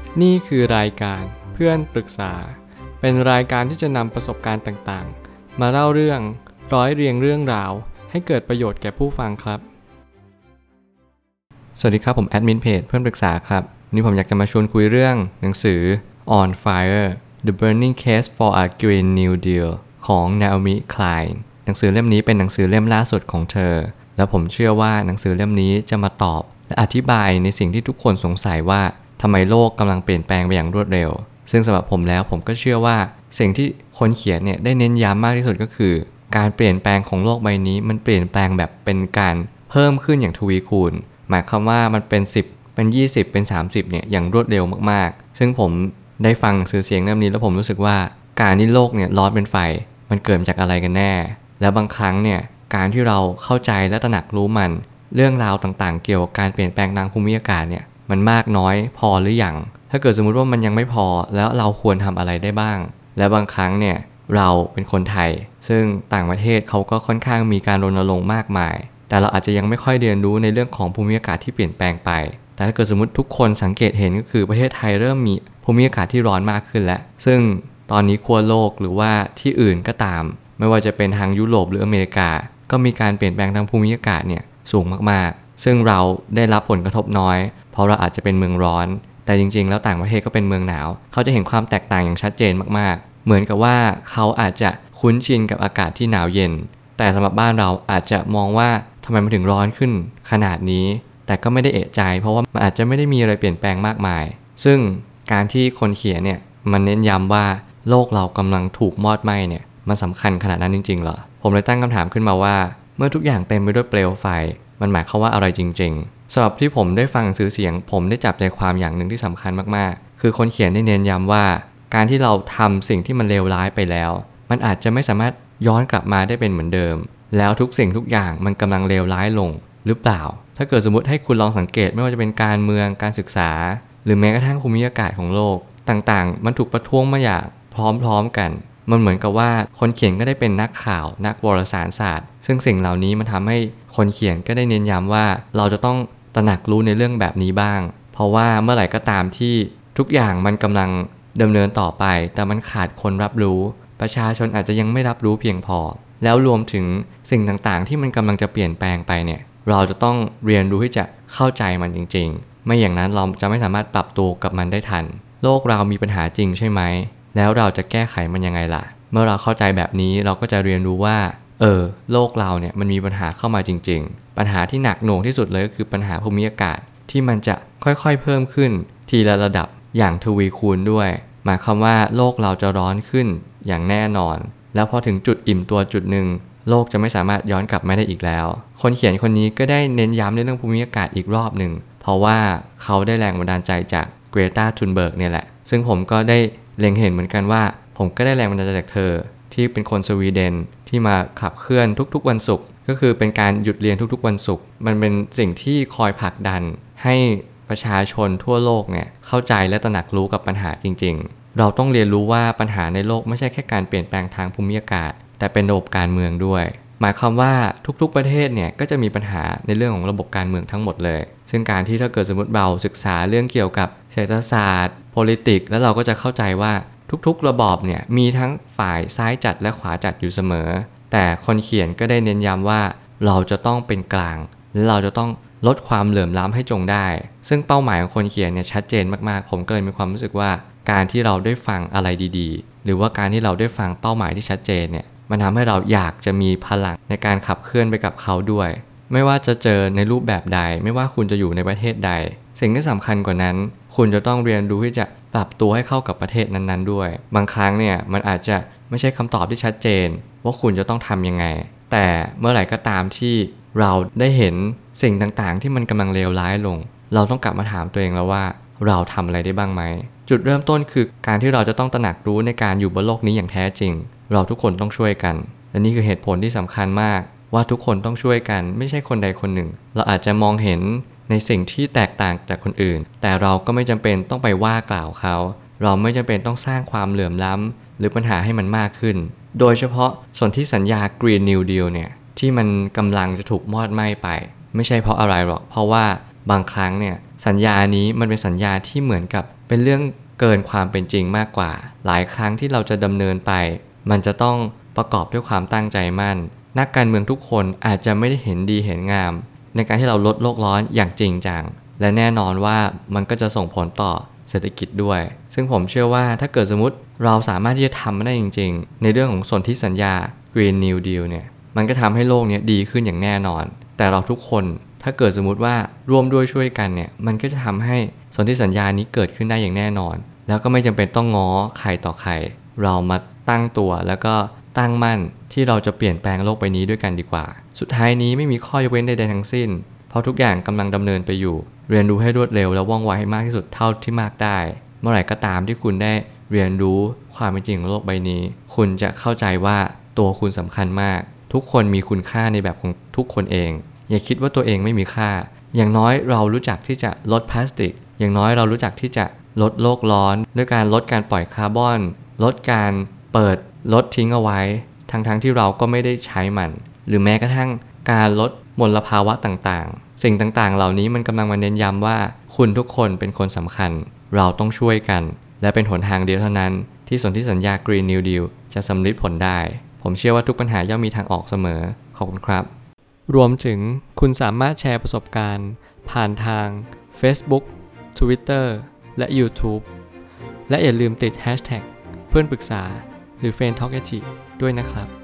นี่คือรายการเพื่อนปรึกษาเป็นรายการที่จะนำประสบการณ์ต่างๆมาเล่าเรื่องร้อยเรียงเรื่องราวให้เกิดประโยชน์แก่ผู้ฟังครับสวัสดีครับผมแอดมินเพจเพื่อนปรึกษาครับวันนี้ผมอยากจะมาชวนคุยเรื่องหนังสือ On Fire The Burning Case for a Green New Deal ของ Naomi Klein หนังสือเล่มนี้เป็นหนังสือเล่มล่าสุดของเธอและผมเชื่อว่าหนังสือเล่มนี้จะมาตอบและอธิบายในสิ่งที่ทุกคนสงสัยว่าทำไมโลกกำลังเปลี่ยนแปลงไปอย่างรวดเร็วซึ่งสำหรับผมแล้วผมก็เชื่อว่าสิ่งที่คนเขียนเนี่ยได้เน้นย้ำมากที่สุดก็คือการเปลี่ยนแปลงของโลกใบนี้มันเปลี่ยนแปลงแบบเป็นการเพิ่มขึ้นอย่างทวีคูณหมายความว่ามันเป็น10เป็น20เป็น30เนี่ยอย่างรวดเร็วมากๆซึ่งผมได้ฟังสื่อเสียงเล่มนี้แล้วผมรู้สึกว่าการที่โลกเนี่ยร้อนเป็นไฟมันเกิดมาจากอะไรกันแน่แล้วบางครั้งเนี่ยการที่เราเข้าใจและตระหนักรู้มันเรื่องราวต่างๆเกี่ยวกับการเปลี่ยนแปลงทางภูมิอากาศเนี่ยมันมากน้อยพอหรือยังถ้าเกิดสมมุติว่ามันยังไม่พอแล้วเราควรทำอะไรได้บ้างและบางครั้งเนี่ยเราเป็นคนไทยซึ่งต่างประเทศเขาก็ค่อนข้างมีการรณรงค์มากมายแต่เราอาจจะยังไม่ค่อยเรียนรู้ในเรื่องของภูมิอากาศที่เปลี่ยนแปลงไปแต่ถ้าเกิดสมมติทุกคนสังเกตเห็นก็คือประเทศไทยเริ่มมีภูมิอากาศที่ร้อนมากขึ้นแล้วซึ่งตอนนี้ขั้วโลกหรือว่าที่อื่นก็ตามไม่ว่าจะเป็นทางยุโรปหรืออเมริกาก็มีการเปลี่ยนแปลงทางภูมิอากาศเนี่ยสูงมากๆซึ่งเราได้รับผลกระทบน้อยเพราะเราอาจจะเป็นเมืองร้อนแต่จริงๆแล้วต่างประเทศก็เป็นเมืองหนาวเขาจะเห็นความแตกต่างอย่างชัดเจนมากๆเหมือนกับว่าเขาอาจจะคุ้นชินกับอากาศที่หนาวเย็นแต่สำหรับบ้านเราอาจจะมองว่าทำไมมันถึงร้อนขึ้นขนาดนี้แต่ก็ไม่ได้เอะใจเพราะว่ามันอาจจะไม่ได้มีอะไรเปลี่ยนแปลงมากมายซึ่งการที่คนเขียนเนี่ยมันเน้นย้ำว่าโลกเรากำลังถูกมอดไหม้เนี่ยมันสำคัญขนาดนั้นจริงๆเหรอผมเลยตั้งคำถามขึ้นมาว่าเมื่อทุกอย่างเต็มไปด้วยเปลวไฟมันหมายความว่าอะไรจริงๆสำหรับที่ผมได้ฟังสื่อเสียงผมได้จับใจความอย่างหนึ่งที่สำคัญมากๆคือคนเขียนได้เน้นย้ำว่าการที่เราทำสิ่งที่มันเลวร้ายไปแล้วมันอาจจะไม่สามารถย้อนกลับมาได้เป็นเหมือนเดิมแล้วทุกสิ่งทุกอย่างมันกำลังเลวร้ายลงหรือเปล่าถ้าเกิดสมมติให้คุณลองสังเกตไม่ว่าจะเป็นการเมืองการศึกษาหรือแม้กระทั่งภูมิอากาศของโลกต่างๆมันถูกประท้วงมาอย่างพร้อมๆกันมันเหมือนกับว่าคนเขียนก็ได้เป็นนักข่าวนักวารสารศาสตร์ซึ่งสิ่งเหล่านี้มันทำให้คนเขียนก็ได้เน้นย้ำว่าเราจะต้องตระหนักรู้ในเรื่องแบบนี้บ้างเพราะว่าเมื่อไหร่ก็ตามที่ทุกอย่างมันกำลังดำเนินต่อไปแต่มันขาดคนรับรู้ประชาชนอาจจะยังไม่รับรู้เพียงพอแล้วรวมถึงสิ่งต่างๆที่มันกำลังจะเปลี่ยนแปลงไปเนี่ยเราจะต้องเรียนรู้ที่จะเข้าใจมันจริงๆไม่อย่างนั้นเราจะไม่สามารถปรับตัวกับมันได้ทันโลกเรามีปัญหาจริงใช่ไหมแล้วเราจะแก้ไขมันยังไงล่ะเมื่อเราเข้าใจแบบนี้เราก็จะเรียนรู้ว่าโลกเราเนี่ยมันมีปัญหาเข้ามาจริงๆปัญหาที่หนักหน่วงที่สุดเลยก็คือปัญหาภูมิอากาศที่มันจะค่อยๆเพิ่มขึ้นทีละระดับอย่างทวีคูณด้วยหมายความว่าโลกเราจะร้อนขึ้นอย่างแน่นอนแล้วพอถึงจุดอิ่มตัวจุดหนึ่งโลกจะไม่สามารถย้อนกลับมาได้อีกแล้วคนเขียนคนนี้ก็ได้เน้นย้ำในเรื่องภูมิอากาศอีกรอบหนึ่งเพราะว่าเขาได้แรงบันดาลใจจากเกรตา ทุนเบิร์กเนี่ยแหละซึ่งผมก็ได้เล็งเห็นเหมือนกันว่าผมก็ได้แรงบันดาลใจจากเธอที่เป็นคนสวีเดนที่มาขับเคลื่อนทุกๆวันศุกร์ก็คือเป็นการหยุดเรียนทุกๆวันศุกร์มันเป็นสิ่งที่คอยผลักดันให้ประชาชนทั่วโลกเนี่ยเข้าใจและตระหนักรู้กับปัญหาจริงๆเราต้องเรียนรู้ว่าปัญหาในโลกไม่ใช่แค่การเปลี่ยนแปลงทางภูมิอากาศแต่เป็นระบบการเมืองด้วยหมายความว่าทุกๆประเทศเนี่ยก็จะมีปัญหาในเรื่องของระบบการเมืองทั้งหมดเลยซึ่งการที่ถ้าเกิดสมมติเราศึกษาเรื่องเกี่ยวกับเศรษฐศาสตร์ politics แล้วเราก็จะเข้าใจว่าทุกๆระบอบเนี่ยมีทั้งฝ่ายซ้ายจัดและขวาจัดอยู่เสมอแต่คนเขียนก็ได้เน้นย้ำว่าเราจะต้องเป็นกลางและเราจะต้องลดความเหลื่อมล้ำให้จงได้ซึ่งเป้าหมายของคนเขียนเนี่ยชัดเจนมากๆผมก็เลยมีความรู้สึกว่าการที่เราได้ฟังอะไรดีๆหรือว่าการที่เราได้ฟังเป้าหมายที่ชัดเจนเนี่ยมันทำให้เราอยากจะมีพลังในการขับเคลื่อนไปกับเขาด้วยไม่ว่าจะเจอในรูปแบบใดไม่ว่าคุณจะอยู่ในประเทศใดสิ่งที่สำคัญกว่านั้นคุณจะต้องเรียนรู้ที่จะปรับตัวให้เข้ากับประเทศนั้นๆด้วยบางครั้งเนี่ยมันอาจจะไม่ใช่คำตอบที่ชัดเจนว่าคุณจะต้องทำยังไงแต่เมื่อไหร่ก็ตามที่เราได้เห็นสิ่งต่างๆที่มันกำลังเลวร้ายลงเราต้องกลับมาถามตัวเองแล้วว่าเราทำอะไรได้บ้างไหมจุดเริ่มต้นคือการที่เราจะต้องตระหนักรู้ในการอยู่บนโลกนี้อย่างแท้จริงเราทุกคนต้องช่วยกันและนี่คือเหตุผลที่สำคัญมากว่าทุกคนต้องช่วยกันไม่ใช่คนใดคนหนึ่งเราอาจจะมองเห็นในสิ่งที่แตกต่างจากคนอื่นแต่เราก็ไม่จำเป็นต้องไปว่ากล่าวเขาเราไม่จำเป็นต้องสร้างความเหลื่อมล้ำหรือปัญหาให้มันมากขึ้นโดยเฉพาะส่วนที่สัญญา Green New Deal เนี่ยที่มันกำลังจะถูกมอดไหม้ไปไม่ใช่เพราะอะไรหรอกเพราะว่าบางครั้งเนี่ยสัญญานี้มันเป็นสัญญาที่เหมือนกับเป็นเรื่องเกินความเป็นจริงมากกว่าหลายครั้งที่เราจะดำเนินไปมันจะต้องประกอบด้วยความตั้งใจมั่นนักการเมืองทุกคนอาจจะไม่ได้เห็นดีเห็นงามในการที่เราลดโลกร้อนอย่างจริงจังและแน่นอนว่ามันก็จะส่งผลต่อเศรษฐกิจด้วยซึ่งผมเชื่อว่าถ้าเกิดสมมติเราสามารถที่จะทำมันได้จริงๆในเรื่องของสนธิสัญญา Green New Deal เนี่ยมันก็ทำให้โลกนี้ดีขึ้นอย่างแน่นอนแต่เราทุกคนถ้าเกิดสมมุติว่าร่วมด้วยช่วยกันเนี่ยมันก็จะทำให้สนธิสัญญานี้เกิดขึ้นได้อย่างแน่นอนแล้วก็ไม่จำเป็นต้องง้อใครต่อใครเรามาตั้งตัวแล้วก็ตั้งมั่นที่เราจะเปลี่ยนแปลงโลกใบนี้ด้วยกันดีกว่าสุดท้ายนี้ไม่มีข้อยกเว้นใดๆทั้งสิ้นเพราะทุกอย่างกำลังดำเนินไปอยู่เรียนรู้ให้รวดเร็วและว่องไวให้มากที่สุดเท่าที่มากได้เมื่อไหร่ก็ตามที่คุณได้เรียนรู้ความเป็นจริงของโลกใบนี้คุณจะเข้าใจว่าตัวคุณสำคัญมากทุกคนมีคุณค่าในแบบของทุกคนเองอย่าคิดว่าตัวเองไม่มีค่าอย่างน้อยเรารู้จักที่จะลดพลาสติกอย่างน้อยเรารู้จักที่จะลดโลกร้อนด้วยการลดการปล่อยคาร์บอนลดการเปิดลดทิ้งเอาไว้ทั้งที่เราก็ไม่ได้ใช้มันหรือแม้กระทั่งการลดมลภาวะต่างๆสิ่งต่างๆเหล่านี้มันกำลังมาเน้นย้ำว่าคุณทุกคนเป็นคนสำคัญเราต้องช่วยกันและเป็นหนทางเดียวเท่านั้นที่สนธิสัญญา Green New Deal จะสำลิดผลได้ผมเชื่อว่าทุกปัญหาย่อมมีทางออกเสมอขอบคุณครับรวมถึงคุณสามารถแชร์ประสบการณ์ผ่านทาง Facebook Twitter และ YouTube และอย่าลืมติด Hashtag เพื่อนปรึกษาหรือ f r ร e n d Talk ด้วยนะครับ